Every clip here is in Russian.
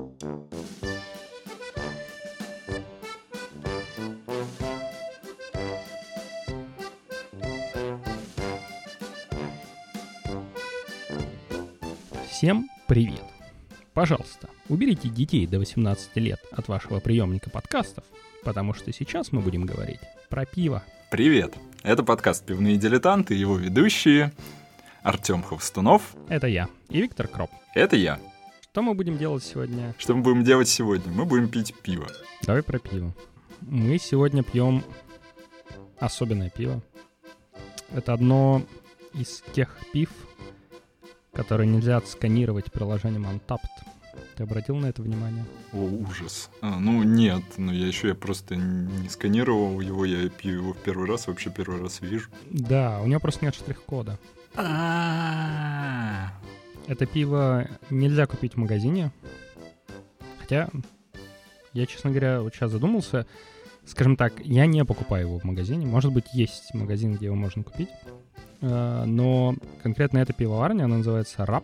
Всем привет! Пожалуйста, уберите детей до 18 лет от вашего приемника подкастов, потому что сейчас мы будем говорить про пиво. Привет! Это подкаст «Пивные дилетанты» и его ведущие Артем Ховстунов. Это я. И Виктор Кроп. Это я. Что мы будем делать сегодня? Что мы будем делать сегодня? Мы будем пить пиво. Давай про пиво. Мы сегодня пьем особенное пиво. Это одно из тех пив, которые нельзя отсканировать приложением Untappd. Ты обратил на это внимание? О, ужас. Нет, я просто не сканировал его, я пью его в первый раз, вообще первый раз вижу. Да, у него просто нет штрих-кода. Это пиво нельзя купить в магазине. Хотя, я, честно говоря, вот сейчас задумался. Скажем так, я не покупаю его в магазине. Может быть, есть магазин, где его можно купить. Но конкретно эта пивоварня, она называется Рап.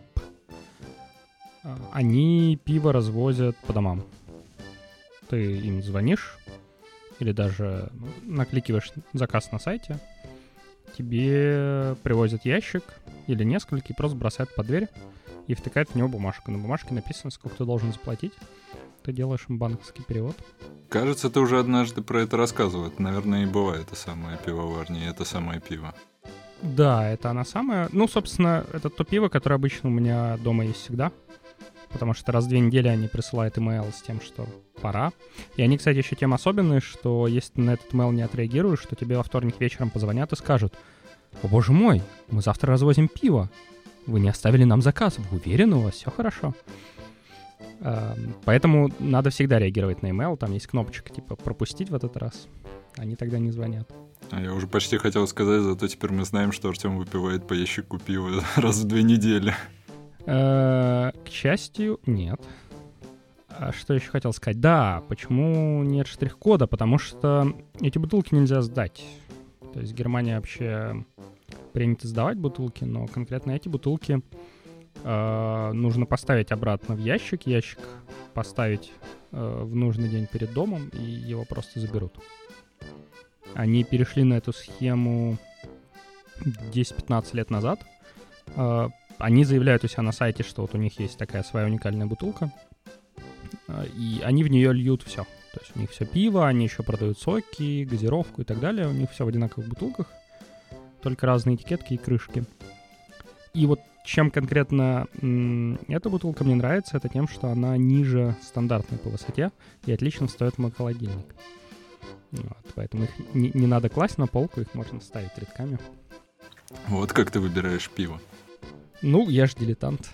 Они пиво развозят по домам. Ты им звонишь или даже накликиваешь заказ на сайте. Тебе привозят ящик или несколько и просто бросают под дверь и втыкают в него бумажку. На бумажке написано, сколько ты должен заплатить. Ты делаешь им банковский перевод. Кажется, ты уже однажды про это рассказывал. Это, наверное, и была эта самая пивоварня, и это самое пиво. Да, это она самая. Собственно, это то пиво, которое обычно у меня дома есть всегда. Потому что раз в 2 недели они присылают имейл с тем, что пора. И они, кстати, еще тем особенные, что если ты на этот имейл не отреагируешь, то тебе во вторник вечером позвонят и скажут: «О, боже мой, мы завтра развозим пиво. Вы не оставили нам заказ. Вы уверены, у вас все хорошо?» Поэтому надо всегда реагировать на имейл. Там есть кнопочка типа «пропустить в этот раз». Они тогда не звонят. Я уже почти хотел сказать, зато теперь мы знаем, что Артем выпивает по ящику пива раз в 2 недели. К счастью, нет. А что еще хотел сказать? Да, почему нет штрих-кода? Потому что эти бутылки нельзя сдать. То есть в Германии вообще принято сдавать бутылки, но конкретно эти бутылки нужно поставить обратно в ящик. Ящик поставить в нужный день перед домом, и его просто заберут. Они перешли на эту схему 10-15 лет назад. Они заявляют у себя на сайте, что вот у них есть такая своя уникальная бутылка, и они в нее льют все. То есть у них все пиво, они еще продают соки, газировку и так далее. У них все в одинаковых бутылках, только разные этикетки и крышки. И вот чем конкретно эта бутылка мне нравится, это тем, что она ниже стандартной по высоте и отлично встает в мой холодильник. Поэтому их не надо класть на полку, их можно ставить рядками. Вот как ты выбираешь пиво. Я ж дилетант.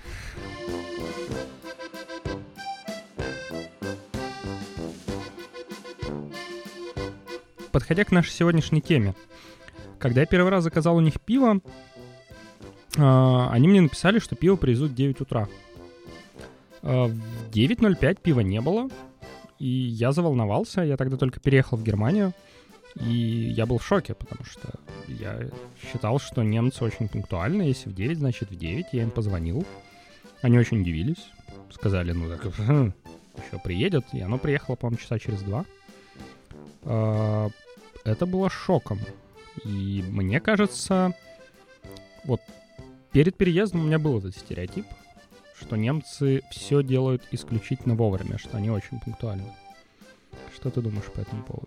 Подходя к нашей сегодняшней теме. Когда я первый раз заказал у них пиво, они мне написали, что пиво привезут в 9 утра. В 9:05 пива не было, и я заволновался. Я тогда только переехал в Германию, и я был в шоке, потому что я считал, что немцы очень пунктуальны. Если в 9, значит в 9. Я им позвонил. Они очень удивились. Сказали, еще приедет. И оно приехало, по-моему, часа через 2. Это было шоком. И мне кажется, вот перед переездом у меня был этот стереотип, что немцы все делают исключительно вовремя, что они очень пунктуальны. Что ты думаешь по этому поводу?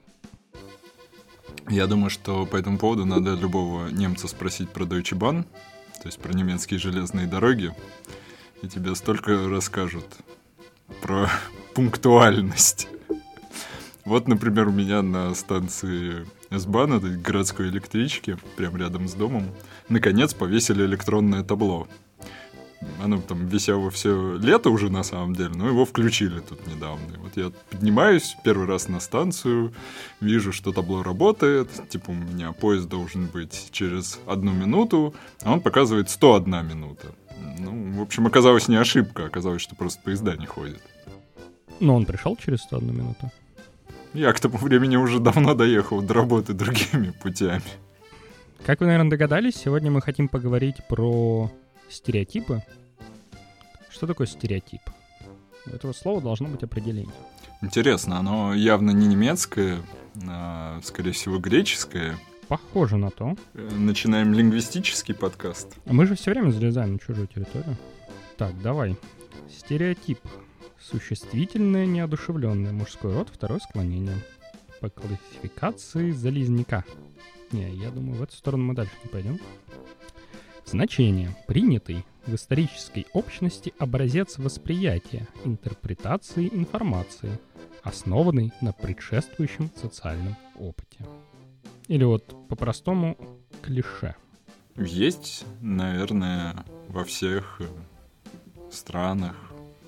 Я думаю, что по этому поводу надо любого немца спросить про Deutsche Bahn, то есть про немецкие железные дороги, и тебе столько расскажут про пунктуальность. Вот, например, у меня на станции S-Bahn, этой городской электрички, прямо рядом с домом, наконец повесили электронное табло. Оно там висело все лето уже на самом деле, но его включили тут недавно. И вот я поднимаюсь первый раз на станцию, вижу, что табло работает, типа у меня поезд должен быть через 1 минуту, а он показывает 101 минута. В общем, оказалось не ошибка, оказалось, что просто поезда не ходят. Но он пришел через 101 минуту? Я к тому времени уже давно доехал до работы другими путями. Как вы, наверное, догадались, сегодня мы хотим поговорить про стереотипы. Что такое стереотип? У этого слова должно быть определение. Интересно, оно явно не немецкое, а, скорее всего, греческое. Похоже на то. Начинаем лингвистический подкаст. Мы же все время залезаем на чужую территорию. Так, давай. Стереотип. Существительное неодушевленное. Мужской род, второе склонение. По классификации залезняка. Не, я думаю, в эту сторону мы дальше не пойдем. Значение. Принятый в исторической общности образец восприятия, интерпретации информации, основанный на предшествующем социальном опыте. Или вот по-простому клише. Есть, наверное, во всех странах,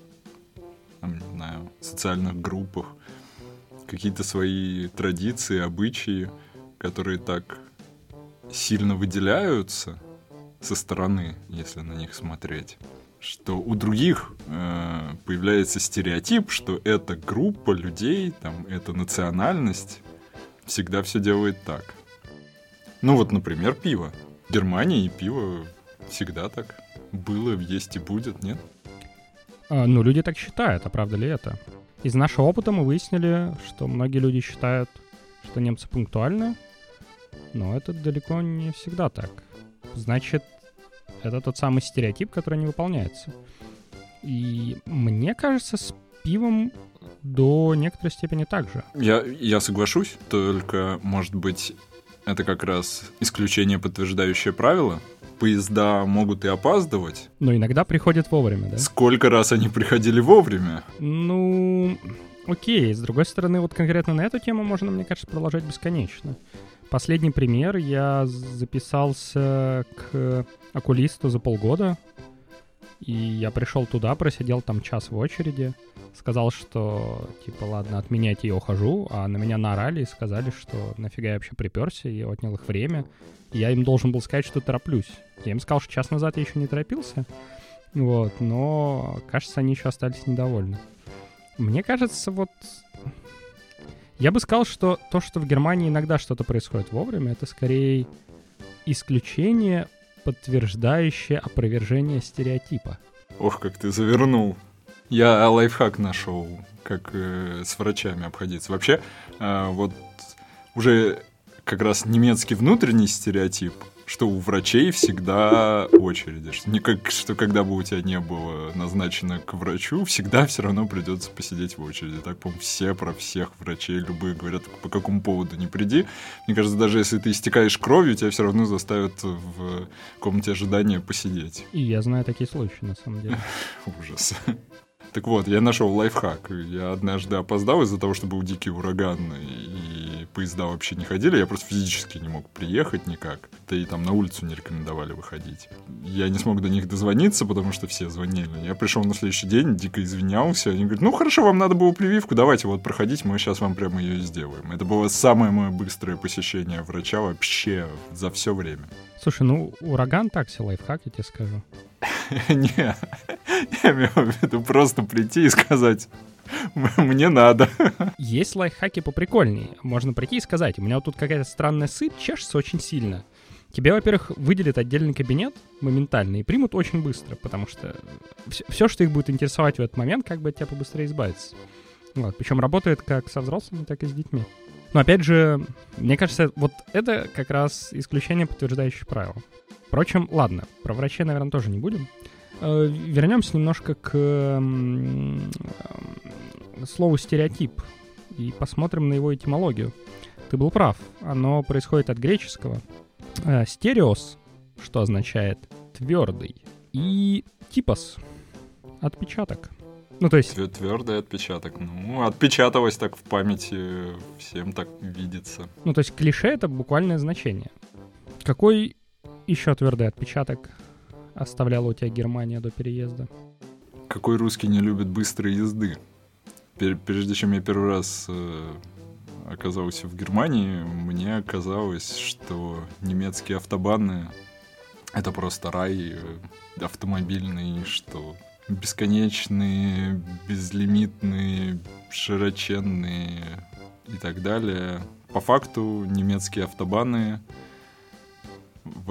не знаю, социальных группах какие-то свои традиции, обычаи, которые так сильно выделяются со стороны, если на них смотреть, что у других появляется стереотип, что эта группа людей, там, эта национальность всегда все делает так. Ну вот, например, пиво. В Германии пиво всегда так было, есть и будет, нет? Ну, люди так считают, а правда ли это? Из нашего опыта мы выяснили, что многие люди считают, что немцы пунктуальны, но это далеко не всегда так. Значит, это тот самый стереотип, который не выполняется. И мне кажется, с пивом до некоторой степени так же. Я соглашусь, только, может быть, это как раз исключение, подтверждающее правило. Поезда могут и опаздывать. Но иногда приходят вовремя, да? Сколько раз они приходили вовремя? Ну, окей. С другой стороны, вот конкретно на эту тему можно, мне кажется, продолжать бесконечно. Последний пример. Я записался к окулисту за полгода, и я пришел туда, просидел там час в очереди, сказал, что, типа, ладно, отменяйте, я ухожу, а на меня наорали и сказали, что нафига я вообще приперся, и отнял их время. И я им должен был сказать, что тороплюсь. Я им сказал, что час назад я еще не торопился, вот, но, кажется, они еще остались недовольны. Мне кажется, вот... Я бы сказал, что то, что в Германии иногда что-то происходит вовремя, это скорее исключение, подтверждающее опровержение стереотипа. Ох, как ты завернул. Я лайфхак нашел, как с врачами обходиться. Вообще, вот уже как раз немецкий внутренний стереотип, что у врачей всегда очереди. Что когда бы у тебя не было назначено к врачу, всегда все равно придется посидеть в очереди. Так, по-моему, все про всех врачей любые говорят, по какому поводу не приди. Мне кажется, даже если ты истекаешь кровью, тебя все равно заставят в комнате ожидания посидеть. И я знаю такие случаи, на самом деле. Ужас. Так вот, я нашел лайфхак. Я однажды опоздал из-за того, что был дикий ураган, и поезда вообще не ходили. Я просто физически не мог приехать никак. Да и там на улицу не рекомендовали выходить. Я не смог до них дозвониться, потому что все звонили. Я пришел на следующий день, дико извинялся. Они говорят, ну хорошо, вам надо было прививку, давайте вот проходите, мы сейчас вам прямо ее и сделаем. Это было самое мое быстрое посещение врача вообще за все время. Слушай, ну ураган так себе лайфхак, я тебе скажу. Не, я имею в виду просто прийти и сказать, мне надо. Есть лайфхаки поприкольнее. Можно прийти и сказать, у меня вот тут какая-то странная сыпь, чешется очень сильно. Тебе, во-первых, выделят отдельный кабинет моментально и примут очень быстро, потому что все, что их будет интересовать в этот момент, как бы от тебя побыстрее избавиться. Вот. Причем работает как со взрослыми, так и с детьми. Но опять же, мне кажется, вот это как раз исключение, подтверждающее правило. Впрочем, ладно, про врачей, наверное, тоже не будем. Вернемся немножко к слову «стереотип» и посмотрим на его этимологию. Ты был прав, оно происходит от греческого. «Стереос», что означает «твердый», и «типос» — «отпечаток». Ну, то есть... Твердый отпечаток. Ну, отпечаталось так в памяти, всем так видится. Ну, то есть клише — это буквальное значение. Какой еще твердый отпечаток оставляла у тебя Германия до переезда? Какой русский не любит быстрой езды? Прежде чем я первый раз оказался в Германии, мне казалось, что немецкие автобаны — это просто рай автомобильный, что бесконечные, безлимитные, широченные и так далее. По факту немецкие автобаны,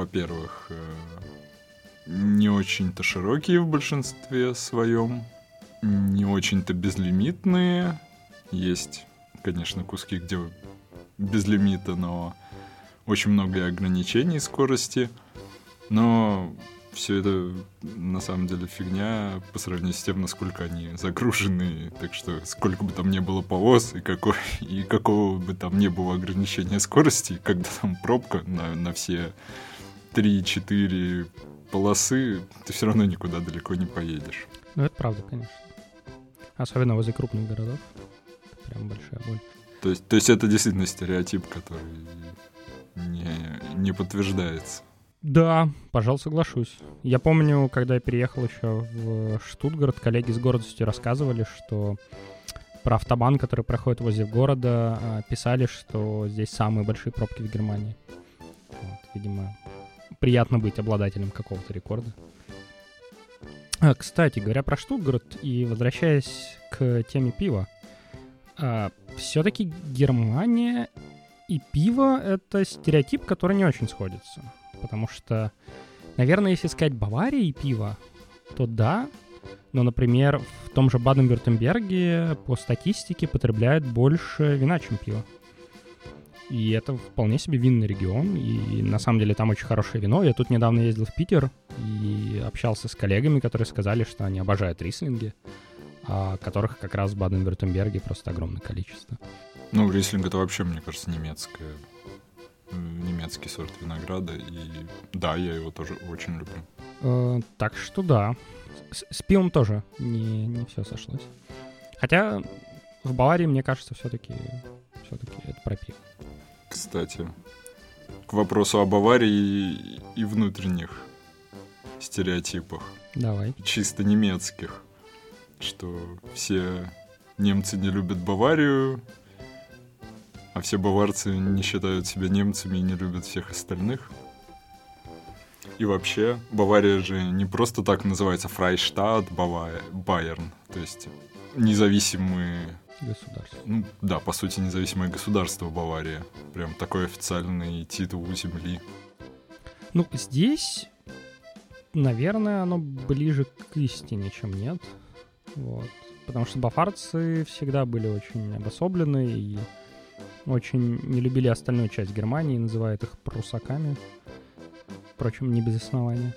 во-первых, не очень-то широкие в большинстве своем, не очень-то безлимитные. Есть, конечно, куски, где без лимита, но очень много ограничений скорости. Но все это на самом деле фигня по сравнению с тем, насколько они загружены. Так что сколько бы там ни было полос и какого бы там ни было ограничения скорости, когда там пробка на все 3-4 полосы, ты все равно никуда далеко не поедешь. Ну, это правда, конечно. Особенно возле крупных городов. Это прям большая боль. То есть это действительно стереотип, который не подтверждается. Да, пожалуй, соглашусь. Я помню, когда я переехал еще в Штутгарт, коллеги с гордостью рассказывали, что про автобан, который проходит возле города, писали, что здесь самые большие пробки в Германии. Вот, видимо, приятно быть обладателем какого-то рекорда. Кстати, говоря про Штутгарт и возвращаясь к теме пива, все-таки Германия и пиво — это стереотип, который не очень сходится. Потому что, наверное, если сказать Бавария и пиво, то да. Но, например, в том же Баден-Вюртемберге по статистике потребляют больше вина, чем пива. И это вполне себе винный регион. И на самом деле там очень хорошее вино. Я тут недавно ездил в Питер и общался с коллегами, которые сказали, что они обожают рислинги, которых как раз в Баден-Вюртемберге просто огромное количество. Ну, рислинг — это вообще, мне кажется, немецкий сорт винограда, и да, я его тоже очень люблю. Так что да, с пивом тоже не все сошлось. Хотя в Баварии, мне кажется, все-таки это про пиво. Кстати, к вопросу о Баварии и внутренних стереотипах. Давай. Чисто немецких. Что все немцы не любят Баварию, а все баварцы не считают себя немцами и не любят всех остальных. И вообще, Бавария же не просто так называется Фрайштат Байерн, то есть независимые... Государство. Ну да, по сути, независимое государство Бавария. Прям такой официальный титул у земли. Ну, здесь, наверное, оно ближе к истине, чем нет. Вот. Потому что баварцы всегда были очень обособлены и очень не любили остальную часть Германии, называют их прусаками. Впрочем, не без основания.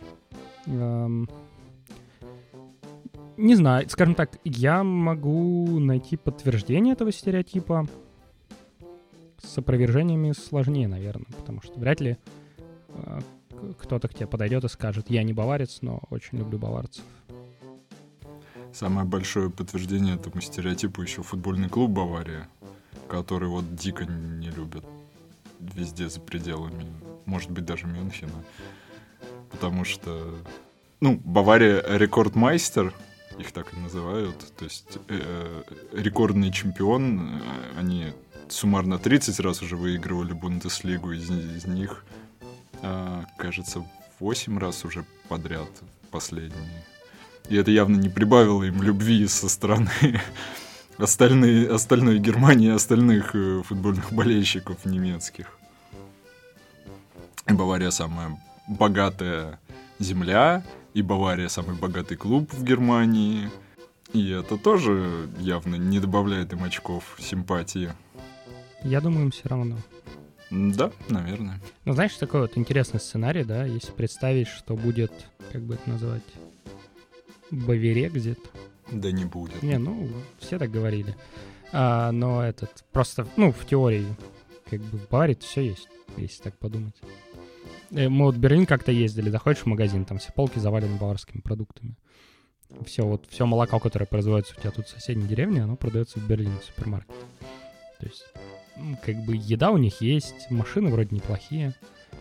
Не знаю, скажем так, я могу найти подтверждение этого стереотипа. С опровержениями сложнее, наверное, потому что вряд ли кто-то к тебе подойдет и скажет: я не баварец, но очень люблю баварцев. Самое большое подтверждение этому стереотипу еще футбольный клуб Бавария, который вот дико не любят везде за пределами, может быть, даже Мюнхена. Потому что, Бавария рекордмайстер, их так и называют, то есть рекордный чемпион. Они суммарно 30 раз уже выигрывали Бундеслигу, из них, кажется, 8 раз уже подряд последние. И это явно не прибавило им любви со стороны остальной Германии и остальных футбольных болельщиков немецких. И Бавария самая богатая земля, и Бавария самый богатый клуб в Германии. И это тоже явно не добавляет им очков симпатии. Я думаю, им все равно. Да, наверное. Ну, знаешь, такой вот интересный сценарий, да, если представить, что будет, как бы это назвать, Баверекзит. Да не будет. Не, все так говорили. Но просто, в теории, как бы в Баварии все есть, если так подумать. Мы вот в Берлин как-то ездили, заходишь в магазин, там все полки завалены баварскими продуктами. Все молоко, которое производится у тебя тут в соседней деревне, оно продается в Берлине в супермаркете. То есть, как бы еда у них есть, машины вроде неплохие.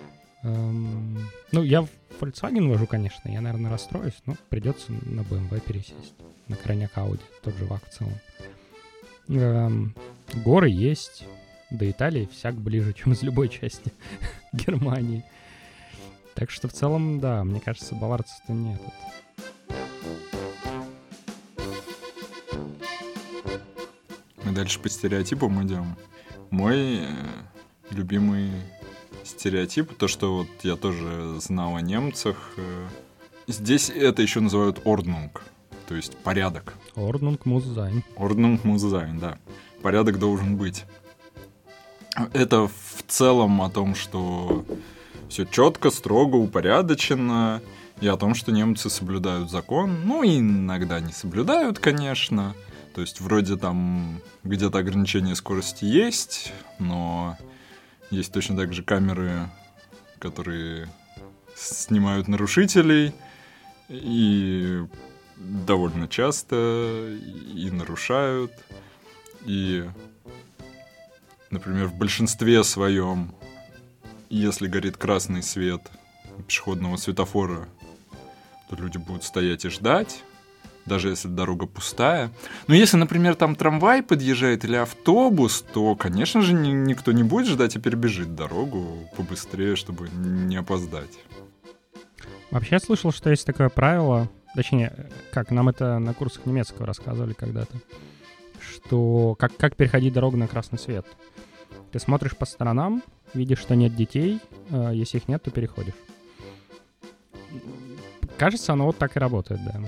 Я в Volkswagen вожу, конечно, я, наверное, расстроюсь, но придется на BMW пересесть, на крайняк Audi, тот же ВАГ в целом. Горы есть, до Италии всяк ближе, чем из любой части Германии. Так что в целом, да, мне кажется, баварцев-то нет. Мы дальше по стереотипам идем. Мой любимый стереотип, то, что вот я тоже знал о немцах. Здесь это еще называют Ordnung. то есть порядок. Ordnung muss sein. Ordnung muss sein, да. Порядок должен быть. Это в целом о том, что все четко, строго, упорядочено, и о том, что немцы соблюдают закон. Ну, и иногда не соблюдают, конечно. То есть вроде там где-то ограничение скорости есть, но есть точно так же камеры, которые снимают нарушителей, и довольно часто и нарушают. И, например, в большинстве своем, если горит красный свет пешеходного светофора, то люди будут стоять и ждать, даже если дорога пустая. Но если, например, там трамвай подъезжает или автобус, то, конечно же, никто не будет ждать и перебежит дорогу побыстрее, чтобы не опоздать. Вообще я слышал, что есть такое правило, точнее, как нам это на курсах немецкого рассказывали когда-то, что как переходить дорогу на красный свет. Ты смотришь по сторонам, видишь, что нет детей, если их нет, то переходишь. Кажется, оно вот так и работает, да.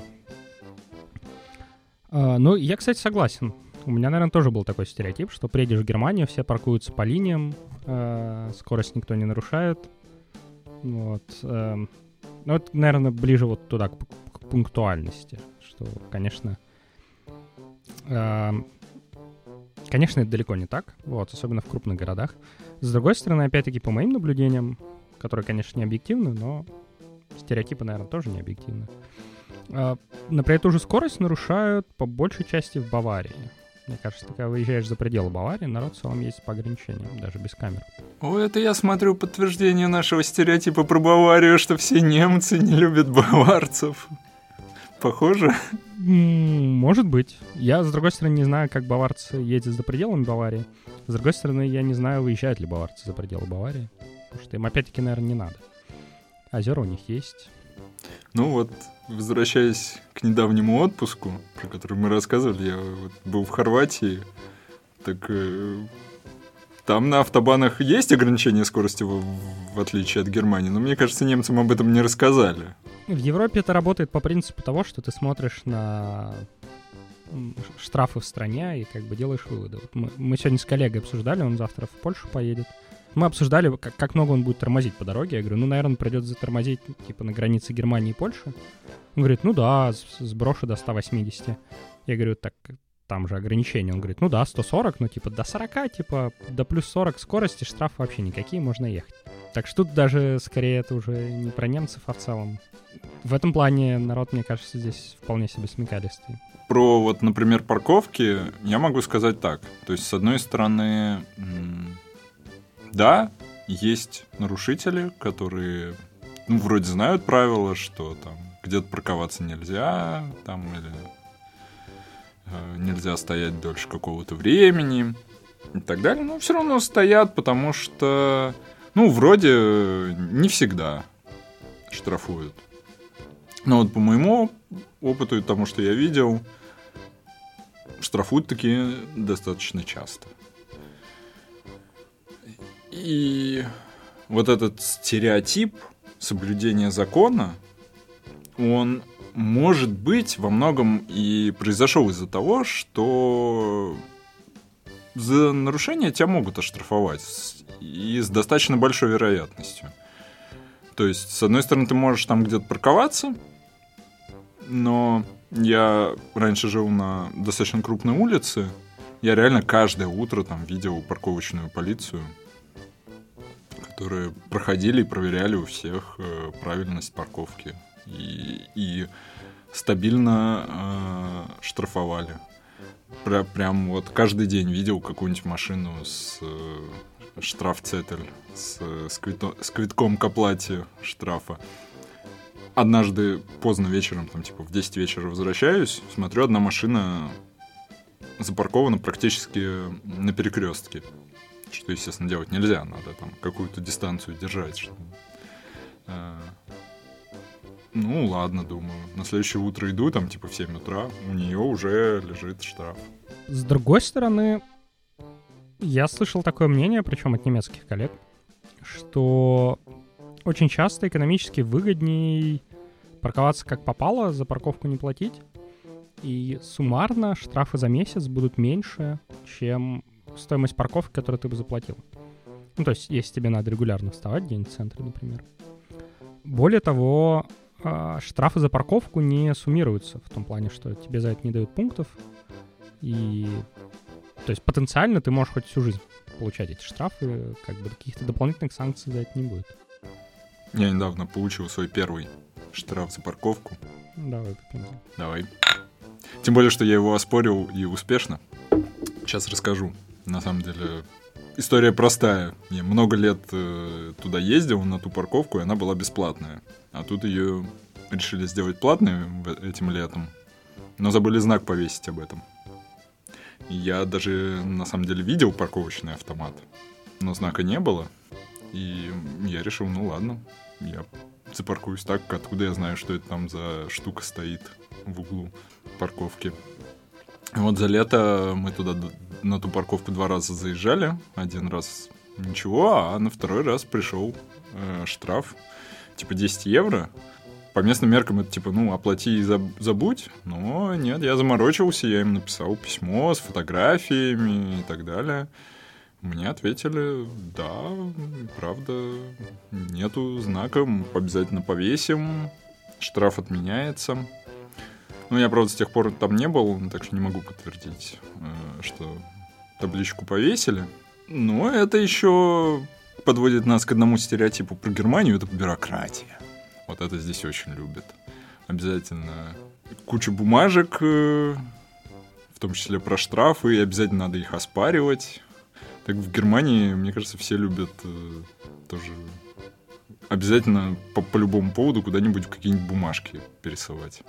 Ну, я, кстати, согласен. У меня, наверное, тоже был такой стереотип, что приедешь в Германию, все паркуются по линиям, скорость никто не нарушает. Вот. Ну, это, наверное, ближе вот туда, к пунктуальности, что, конечно, это далеко не так, вот, особенно в крупных городах. С другой стороны, опять-таки, по моим наблюдениям, которые, конечно, не объективны, но стереотипы, наверное, тоже не объективны. Например, эту же скорость нарушают по большей части в Баварии. Мне кажется, когда выезжаешь за пределы Баварии, народ в целом ездит по ограничениям, даже без камер. О, это я смотрю подтверждение нашего стереотипа про Баварию, что все немцы не любят баварцев. Похоже? Может быть. Я, с другой стороны, не знаю, как баварцы ездят за пределами Баварии. С другой стороны, я не знаю, выезжают ли баварцы за пределы Баварии. Потому что им, опять-таки, наверное, не надо. Озера у них есть. Ну вот, возвращаясь к недавнему отпуску, про который мы рассказывали, я вот был в Хорватии, так там на автобанах есть ограничение скорости, в отличие от Германии, но мне кажется, немцам об этом не рассказали. В Европе это работает по принципу того, что ты смотришь на штрафы в стране и как бы делаешь выводы. Вот мы сегодня с коллегой обсуждали, он завтра в Польшу поедет. Мы обсуждали, как много он будет тормозить по дороге. Я говорю, ну, наверное, придется затормозить, типа, на границе Германии и Польши. Он говорит, ну да, сброшу до 180. Я говорю, так, там же ограничения. Он говорит, ну да, 140, ну, типа, до 40, типа, до плюс 40 скорости, штрафы вообще никакие, можно ехать. Так что тут даже, скорее, это уже не про немцев, а в целом. В этом плане народ, мне кажется, здесь вполне себе смекалистый. Про, вот, например, парковки я могу сказать так. То есть, с одной стороны... Да, есть нарушители, которые, ну, вроде знают правила, что там где-то парковаться нельзя, там, или нельзя стоять дольше какого-то времени и так далее. Но все равно стоят, потому что, ну, вроде не всегда штрафуют. Но вот по моему опыту и тому, что я видел, штрафуют таки достаточно часто. И вот этот стереотип соблюдения закона, он, может быть, во многом и произошел из-за того, что за нарушение тебя могут оштрафовать и с достаточно большой вероятностью. То есть, с одной стороны, ты можешь там где-то парковаться, но я раньше жил на достаточно крупной улице, я реально каждое утро там видел парковочную полицию, которые проходили и проверяли у всех правильность парковки. И стабильно штрафовали. Прям вот каждый день видел какую-нибудь машину с штрафцетель, с квитком к оплате штрафа. Однажды поздно вечером, там типа в 10 вечера возвращаюсь, смотрю, одна машина запаркована практически на перекрестке. Что, естественно, делать нельзя, надо там какую-то дистанцию держать. Чтобы... Ну, ладно, думаю. На следующее утро иду, там, типа, в 7 утра, у нее уже лежит штраф. С другой стороны, я слышал такое мнение, причем от немецких коллег, что очень часто экономически выгодней парковаться как попало, за парковку не платить, И суммарно штрафы за месяц будут меньше, чем стоимость парковки, которую ты бы заплатил. Ну, то есть, если тебе надо регулярно вставать где-нибудь в центре, например. Более того, штрафы за парковку не суммируются в том плане, что тебе за это не дают пунктов. И, то есть, потенциально ты можешь хоть всю жизнь получать эти штрафы, как бы каких-то дополнительных санкций за это не будет. Я недавно получил свой первый штраф за парковку. Давай попробуем. Давай. Тем более, что я его оспорил и успешно. Сейчас расскажу. На самом деле, история простая. Я много лет туда ездил, на ту парковку, и она была бесплатная. А тут ее решили сделать платной этим летом, но забыли знак повесить об этом. И я даже, на самом деле, видел парковочный автомат, но знака не было. И я решил, ну ладно, я запаркуюсь так, откуда я знаю, что это там за штука стоит в углу парковки. Вот за лето мы туда, на ту парковку 2 раза заезжали. 1 раз ничего, а на 2-й раз пришел штраф, типа 10 евро. По местным меркам это типа, ну, оплати и забудь. Но нет, я заморочился, я им написал письмо с фотографиями и так далее. Мне ответили, да, правда, нету знака, обязательно повесим, штраф отменяется. Ну, я, правда, с тех пор там не был, так что не могу подтвердить, что табличку повесили. Но это еще подводит нас к одному стереотипу про Германию, это бюрократия. Вот это здесь очень любят. Обязательно куча бумажек, в том числе про штрафы, и обязательно надо их оспаривать. Так в Германии, мне кажется, все любят тоже обязательно по любому поводу куда-нибудь какие-нибудь бумажки пересылать.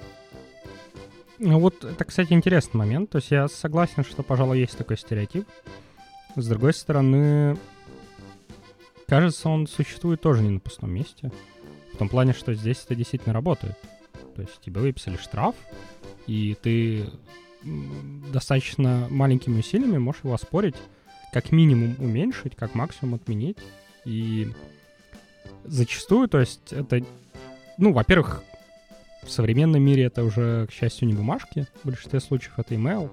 Ну вот это, кстати, интересный момент. То есть я согласен, что, пожалуй, есть такой стереотип. С другой стороны, кажется, он существует тоже не на пустом месте. В том плане, что здесь это действительно работает. То есть тебе выписали штраф, и ты достаточно маленькими усилиями можешь его оспорить, как минимум уменьшить, как максимум отменить. И зачастую, то есть это, ну, во-первых, в современном мире это уже, к счастью, не бумажки. В большинстве случаев это email.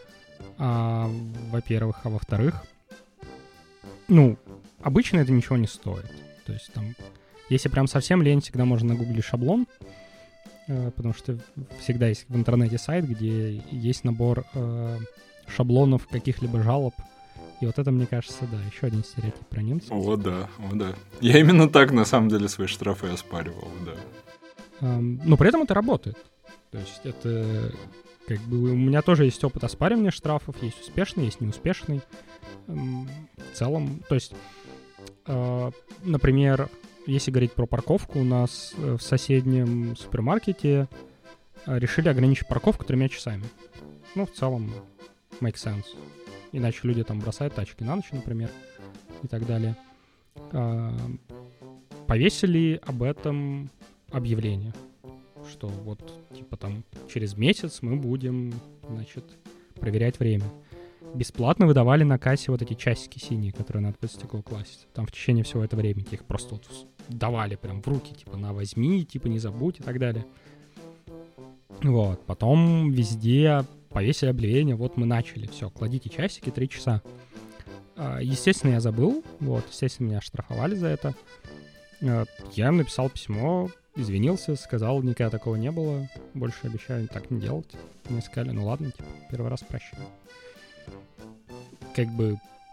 Во-первых. А во-вторых, ну, обычно это ничего не стоит. То есть там, если прям совсем лень, всегда можно нагуглить шаблон, потому что всегда есть в интернете сайт, где есть набор шаблонов каких-либо жалоб. И вот это, мне кажется, да, еще один стереотип про немцев. О, да. Я именно так, на самом деле, свои штрафы оспаривал, да. Но при этом это работает. То есть это как бы у меня тоже есть опыт оспаривания штрафов, есть успешный, есть неуспешный. В целом, то есть, например, если говорить про парковку, у нас в соседнем супермаркете решили ограничить парковку 3 часами. Ну, в целом, make sense. Иначе люди там бросают тачки на ночь, например, и так далее. Повесили об этом объявление, что вот, типа, там, через месяц мы будем, значит, проверять время. Бесплатно выдавали на кассе вот эти часики синие, которые надо под стекло класть. Там в течение всего этого времени их просто вот давали прям в руки, типа, на, возьми, типа, не забудь и так далее. Вот, потом везде повесили объявление, вот мы начали, все, кладите часики, 3 часа. Естественно, я забыл, вот, естественно, меня оштрафовали за это. Я им написал письмо, извинился, сказал, никогда такого не было, больше обещаю так не делать. Мне сказали, ну ладно, типа, первый раз прощаю. Как бы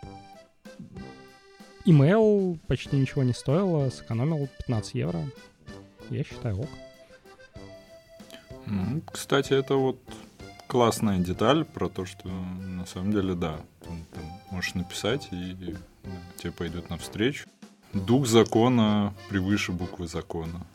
имейл почти ничего не стоило, сэкономил 15 евро. Я считаю, ок. Ну, кстати, это вот классная деталь про то, что на самом деле, да, ты можешь написать, и да, тебе пойдут навстречу. Дух закона превыше буквы закона.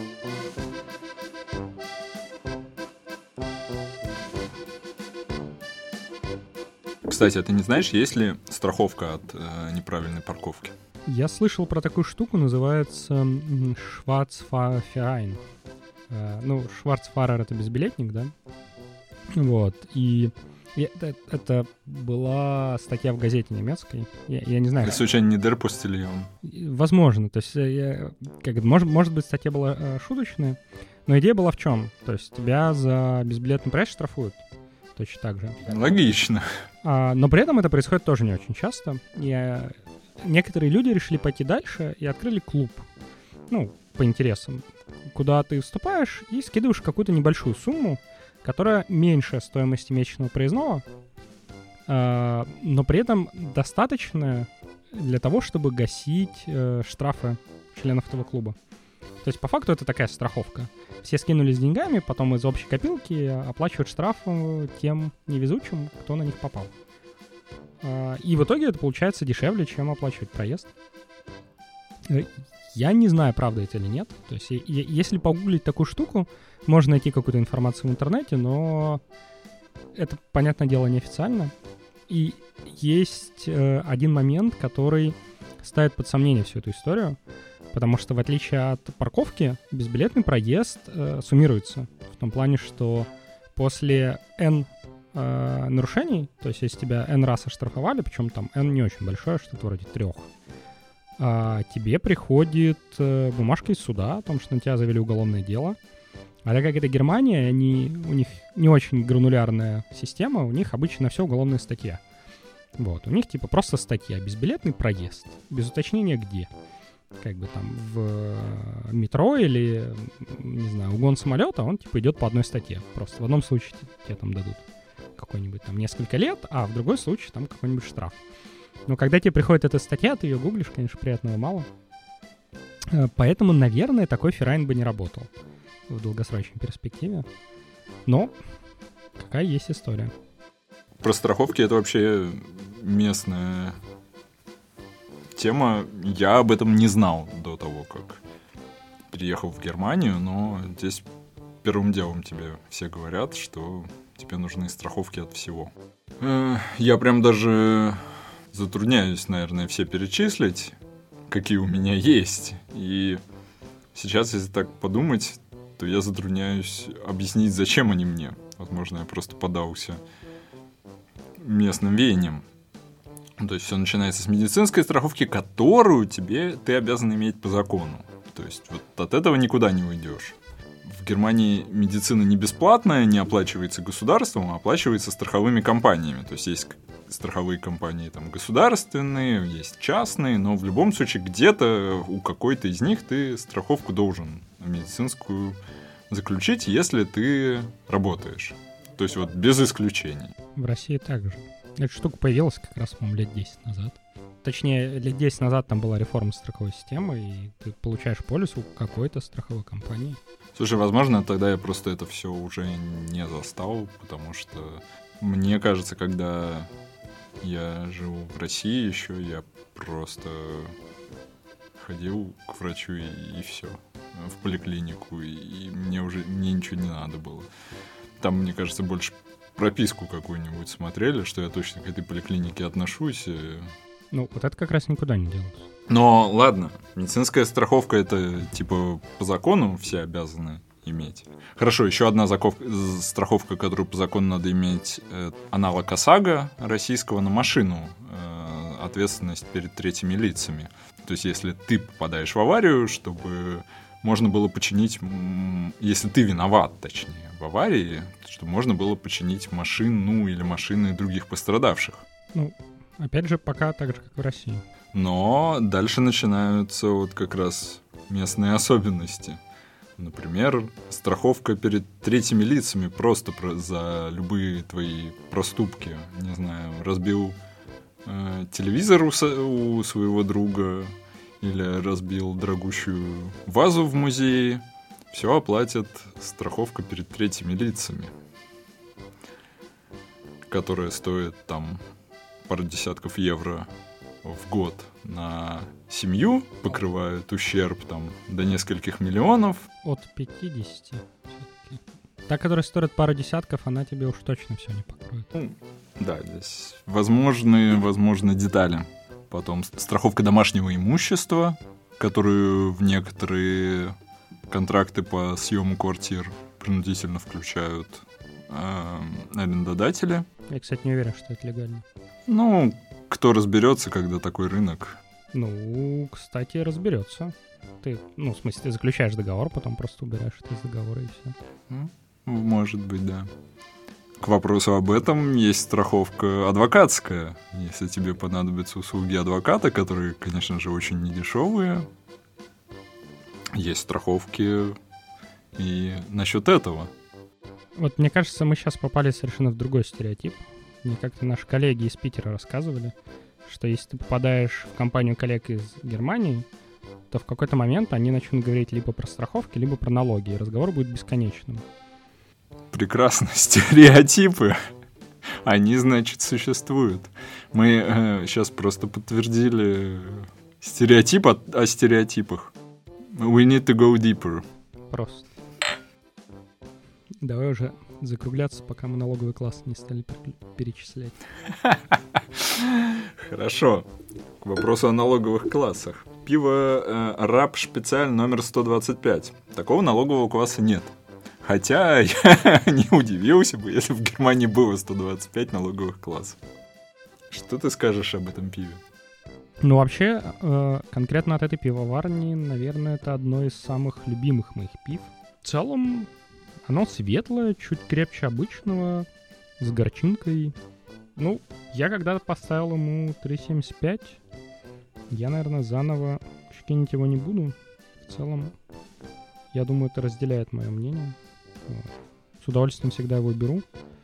Кстати, а ты не знаешь, есть ли страховка от неправильной парковки? Я слышал про такую штуку, называется Schwarzfahrverein. Ну, Schwarzfahrer — это безбилетник, да? Вот, и это была статья в газете немецкой. Я не знаю. Ты случайно не Der Postillon? Возможно. То есть, может быть, статья была шуточная, Но идея была в чем? То есть тебя за безбилетный проезд штрафуют точно так же. Логично. Но при этом это происходит тоже не очень часто. И некоторые люди решили пойти дальше и открыли клуб. По интересам. Куда ты вступаешь и скидываешь какую-то небольшую сумму, которая меньше стоимости месячного проездного, но при этом достаточная для того, чтобы гасить штрафы членов этого клуба. То есть, по факту, это такая страховка. Все скинулись деньгами, потом из общей копилки оплачивают штраф тем невезучим, кто на них попал. И в итоге это получается дешевле, чем оплачивать проезд. Я не знаю, правда это или нет. То есть, если погуглить такую штуку, можно найти какую-то информацию в интернете, но это, понятное дело, неофициально. И есть один момент, который ставит под сомнение всю эту историю, потому что в отличие от парковки, безбилетный проезд суммируется. В том плане, что после N нарушений, то есть если тебя N раз оштрафовали, причем там N не очень большое, что-то вроде 3, тебе приходит бумажка из суда о том, что на тебя завели уголовное дело. А так как это Германия, у них не очень гранулярная система, у них обычно все уголовная статья. У них просто статья «Безбилетный проезд», без уточнения где. В метро или, не знаю, угон самолета, он идет по одной статье. Просто в одном случае тебе там дадут какой-нибудь несколько лет, а в другой случае там какой-нибудь штраф. Но когда тебе приходит эта статья, ты ее гуглишь, конечно, приятного мало. Поэтому, наверное, такой ферайн бы не работал в долгосрочной перспективе. Но какая есть история. Про страховки это вообще местная тема. Я об этом не знал до того, как приехал в Германию, но здесь первым делом тебе все говорят, что тебе нужны страховки от всего. Я прям даже затрудняюсь, наверное, все перечислить, какие у меня есть. И сейчас, если так подумать, то я затрудняюсь объяснить, зачем они мне. Возможно, я просто поддался местным веяниям. То есть все начинается с медицинской страховки, которую ты обязан иметь по закону. То есть от этого никуда не уйдешь. В Германии медицина не бесплатная, не оплачивается государством, а оплачивается страховыми компаниями. То есть есть страховые компании государственные, есть частные, но в любом случае где-то у какой-то из них ты страховку должен медицинскую заключить, если ты работаешь. То есть без исключений. В России также. Эта штука появилась как раз, по-моему, лет 10 назад. Точнее, лет 10 назад там была реформа страховой системы, и ты получаешь полис у какой-то страховой компании. Слушай, возможно, тогда я просто это все уже не застал, потому что мне кажется, когда я жил в России еще, я просто ходил к врачу и все, в поликлинику, и мне ничего не надо было. Там, мне кажется, больше прописку какую-нибудь смотрели, что я точно к этой поликлинике отношусь. Это как раз никуда не делось. Но ладно, медицинская страховка — это по закону все обязаны иметь. Хорошо, еще одна страховка, которую по закону надо иметь, аналог ОСАГО российского на машину, ответственность перед третьими лицами. То есть если ты попадаешь в аварию, чтобы можно было починить, если ты виноват, точнее, в аварии, чтобы можно было починить машину или машины других пострадавших. Опять же, пока так же, как в России. Но дальше начинаются как раз местные особенности. Например, страховка перед третьими лицами просто за любые твои проступки. Не знаю, разбил телевизор у своего друга или разбил дорогущую вазу в музее. Все оплатит страховка перед третьими лицами, которая стоит пару десятков евро в год на семью, покрывает ущерб до нескольких миллионов. От 50 все-таки. Та, которая стоит пару десятков, она тебе уж точно все не покроет. Да, здесь возможны детали. Потом страховка домашнего имущества, которую в некоторые контракты по съему квартир принудительно включают арендодатели. Я, кстати, не уверен, что это легально. Кто разберется, когда такой рынок. Ну, кстати, разберется. Ты, ну, в смысле, ты заключаешь договор, потом просто убираешь это из договора и все. Может быть, да. К вопросу об этом есть страховка адвокатская. Если тебе понадобятся услуги адвоката, которые, конечно же, очень недешевые, есть страховки и насчет этого. Вот мне кажется, мы сейчас попали совершенно в другой стереотип. Мне как-то наши коллеги из Питера рассказывали, что если ты попадаешь в компанию коллег из Германии, то в какой-то момент они начнут говорить либо про страховки, либо про налоги, и разговор будет бесконечным. Прекрасно. Стереотипы. Они, значит, существуют. Мы сейчас просто подтвердили стереотип о стереотипах. We need to go deeper. Просто. Давай уже закругляться, пока мы налоговый класс не стали перечислять. Хорошо. К вопросу о налоговых классах. Пиво «Раб Шпециаль» номер 125. Такого налогового класса нет. Хотя я не удивился бы, если в Германии было 125 налоговых классов. Что ты скажешь об этом пиве? Ну, вообще, конкретно от этой пивоварни, наверное, это одно из самых любимых моих пив. В целом, оно светлое, чуть крепче обычного, с горчинкой. Ну, я когда-то поставил ему 3,75. Я, наверное, заново чекинить его не буду. В целом, я думаю, это разделяет мое мнение. С удовольствием всегда его беру.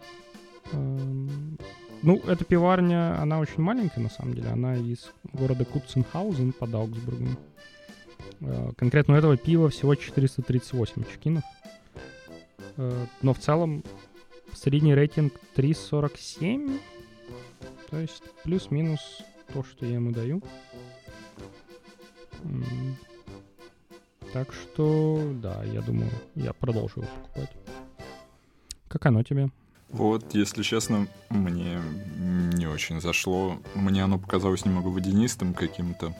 Ну, эта пиварня, она очень маленькая, на самом деле. Она из города Кутценхаузен под Аугсбургом. Конкретно у этого пива всего 438 чекинов. Но в целом средний рейтинг 3,47. То есть плюс-минус то, что я ему даю. Так что, да, я думаю, я продолжу его покупать. Как оно тебе? Вот, если честно, мне не очень зашло. Мне оно показалось немного водянистым каким-то.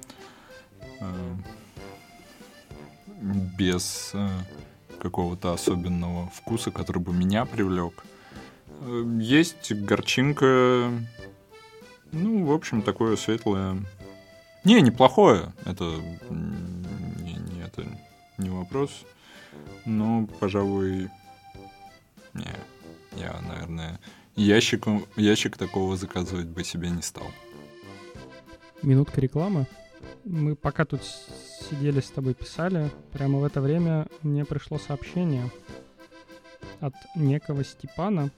Без какого-то особенного вкуса, который бы меня привлек. Есть горчинка. Ну, в общем, такое светлое. Неплохое. Это не вопрос. Но, пожалуй, я, наверное, ящик такого заказывать бы себе не стал. Минутка рекламы. Мы пока тут сидели с тобой, писали, прямо в это время мне пришло сообщение от некого Степана,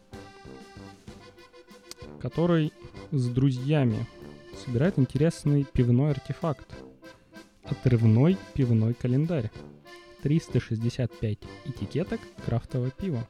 который с друзьями собирает интересный пивной артефакт. Отрывной пивной календарь. 365 этикеток крафтового пива.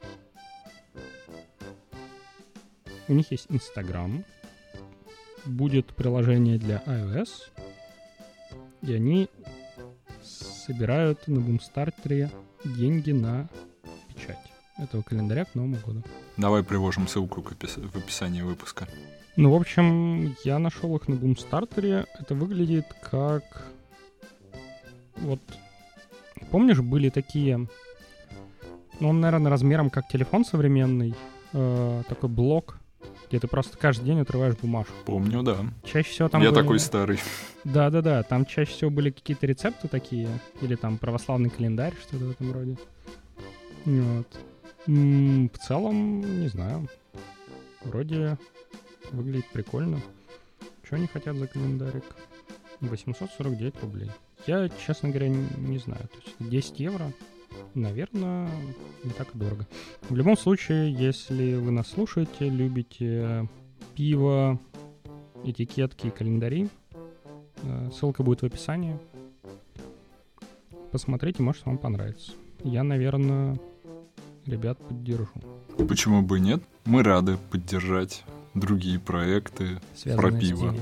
У них есть Instagram. Будет приложение для iOS. И они собирают на Бумстартере деньги на печать этого календаря к Новому году. Давай приложим ссылку в описании выпуска. Ну, в общем, я нашел их на Бумстартере. Это выглядит как... Вот, помнишь, были такие... Ну, он, наверное, размером как телефон современный. Такой блок, где ты просто каждый день отрываешь бумажку. Помню, да. Чаще всего там Я были... такой старый. Да-да-да, там чаще всего были какие-то рецепты такие, или там православный календарь, что-то в этом роде. Вот. В целом, не знаю, вроде выглядит прикольно. Что они хотят за календарик? 849 рублей. Я, честно говоря, не знаю. То есть 10 евро, наверное, не так и дорого. В любом случае, если вы нас слушаете, любите пиво, этикетки и календари, ссылка будет в описании. Посмотрите, может, вам понравится. Я, наверное, ребят поддержу. Почему бы и нет? Мы рады поддержать другие проекты про пиво.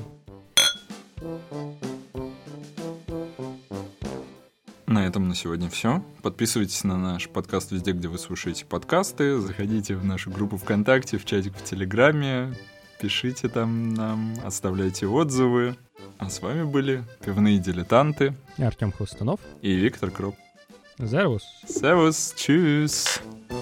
На этом на сегодня все. Подписывайтесь на наш подкаст везде, где вы слушаете подкасты. Заходите в нашу группу ВКонтакте, в чатик в Телеграме. Пишите там нам, оставляйте отзывы. А с вами были пивные дилетанты Артем Хвостунов и Виктор Кроп. Servus. Servus, tschüss.